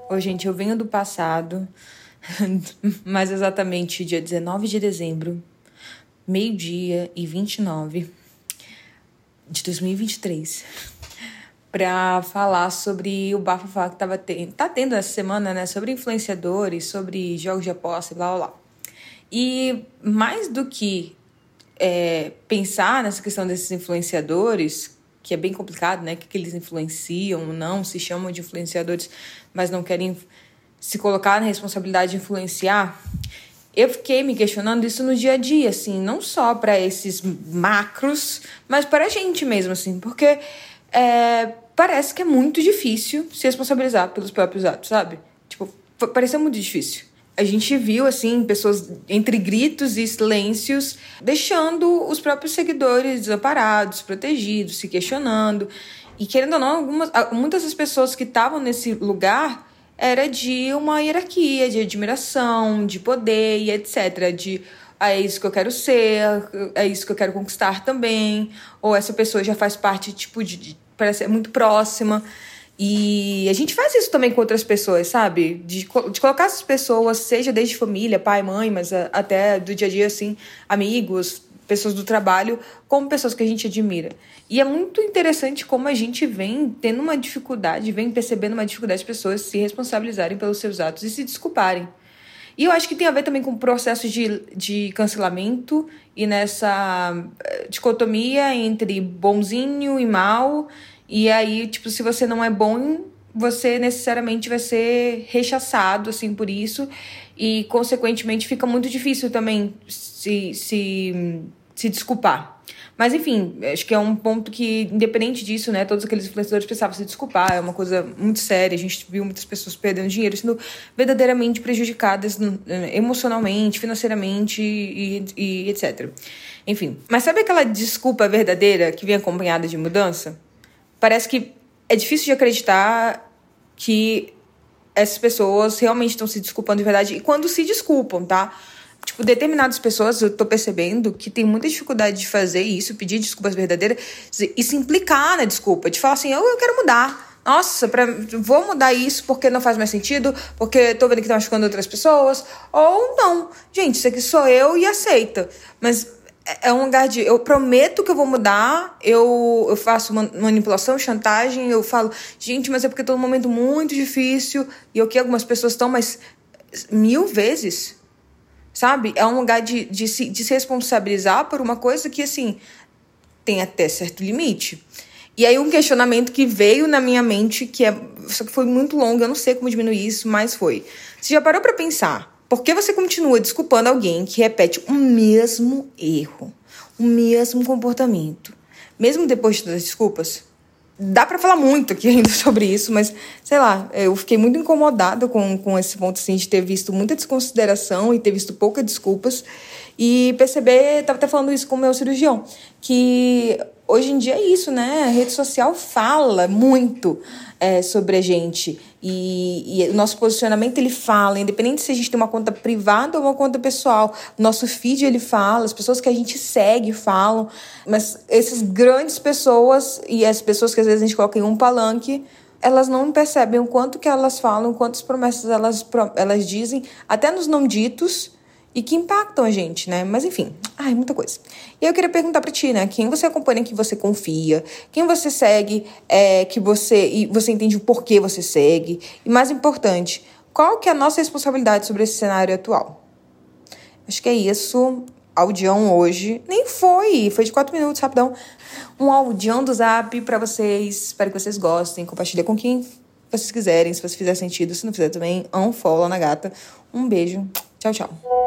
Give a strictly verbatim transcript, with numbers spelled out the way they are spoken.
Ô, gente, eu venho do passado, mais exatamente dia dezenove de dezembro, meio-dia e vinte e nove de dois mil e vinte e três, para falar sobre o bafafá que tava tendo, tá tendo essa semana, né? Sobre influenciadores, sobre jogos de aposta e blá blá blá. E mais do que é, pensar nessa questão desses influenciadores, que é bem complicado, né? O que, que eles influenciam ou não, se chamam de influenciadores, mas não querem se colocar na responsabilidade de influenciar. Eu fiquei me questionando isso no dia a dia, assim, não só para esses macros, mas para a gente mesmo, assim, porque é, parece que é muito difícil se responsabilizar pelos próprios atos, sabe? Tipo, pareceu muito difícil. A gente viu, assim, pessoas entre gritos e silêncios deixando os próprios seguidores desamparados, protegidos, se questionando. E, querendo ou não, algumas, muitas das pessoas que estavam nesse lugar era de uma hierarquia, de admiração, de poder e etcétera. De, ah, é isso que eu quero ser, é isso que eu quero conquistar também. Ou essa pessoa já faz parte, tipo, de, de parece ser muito próxima. E a gente faz isso também com outras pessoas, sabe? De, de colocar essas pessoas, seja desde família, pai, mãe, mas a, até do dia a dia, assim, amigos, pessoas do trabalho, como pessoas que a gente admira. E é muito interessante como a gente vem tendo uma dificuldade, vem percebendo uma dificuldade de pessoas se responsabilizarem pelos seus atos e se desculparem. E eu acho que tem a ver também com o processo de, de cancelamento e nessa dicotomia entre bonzinho e mal. E aí, tipo, se você não é bom, você necessariamente vai ser rechaçado, assim, por isso. E, consequentemente, fica muito difícil também se, se, se desculpar. Mas, enfim, acho que é um ponto que, independente disso, né, todos aqueles influenciadores precisavam se desculpar. É uma coisa muito séria. A gente viu muitas pessoas perdendo dinheiro, sendo verdadeiramente prejudicadas emocionalmente, financeiramente e, e etcétera. Enfim, mas sabe aquela desculpa verdadeira que vem acompanhada de mudança? Parece que é difícil de acreditar que essas pessoas realmente estão se desculpando de verdade. E quando se desculpam, tá? Tipo, determinadas pessoas, eu tô percebendo que tem muita dificuldade de fazer isso, pedir desculpas verdadeiras e se implicar na desculpa. De falar assim, eu, eu quero mudar. Nossa, pra, vou mudar isso porque não faz mais sentido, porque tô vendo que tá machucando outras pessoas. Ou não. Gente, isso aqui sou eu e aceita. Mas é um lugar de, eu prometo que eu vou mudar, eu, eu faço manipulação, chantagem, eu falo, gente, mas é porque tô num momento muito difícil, e eu que algumas pessoas estão, mas mil vezes, sabe? É um lugar de, de, se, de se responsabilizar por uma coisa que, assim, tem até certo limite. E aí um questionamento que veio na minha mente, que é, só que foi muito longo, eu não sei como diminuir isso, mas foi. Você já parou pra pensar? Por que você continua desculpando alguém que repete o mesmo erro, o mesmo comportamento, mesmo depois de todas as desculpas? Dá pra falar muito aqui ainda sobre isso, mas, sei lá, eu fiquei muito incomodada com, com esse ponto, assim, de ter visto muita desconsideração e ter visto poucas desculpas. E perceber, tava até falando isso com o meu cirurgião, que hoje em dia é isso, né? A rede social fala muito é, sobre a gente. E, e o nosso posicionamento, ele fala, independente se a gente tem uma conta privada ou uma conta pessoal. O nosso feed, ele fala, as pessoas que a gente segue falam. Mas essas grandes pessoas e as pessoas que às vezes a gente coloca em um palanque, elas não percebem o quanto que elas falam, quantas promessas elas, elas dizem, até nos não ditos, e que impactam a gente, né? Mas enfim, ai, muita coisa. E eu queria perguntar pra ti, né? Quem você acompanha, que você confia, quem você segue, é, que você, e você entende o porquê você segue. E mais importante, qual que é a nossa responsabilidade sobre esse cenário atual? Acho que é isso. Audião hoje. Nem foi, foi de quatro minutos, rapidão. Um audião do Zap pra vocês. Espero que vocês gostem. Compartilha com quem vocês quiserem, se você fizer sentido. Se não fizer também, unfollow na gata. Um beijo. Tchau, tchau.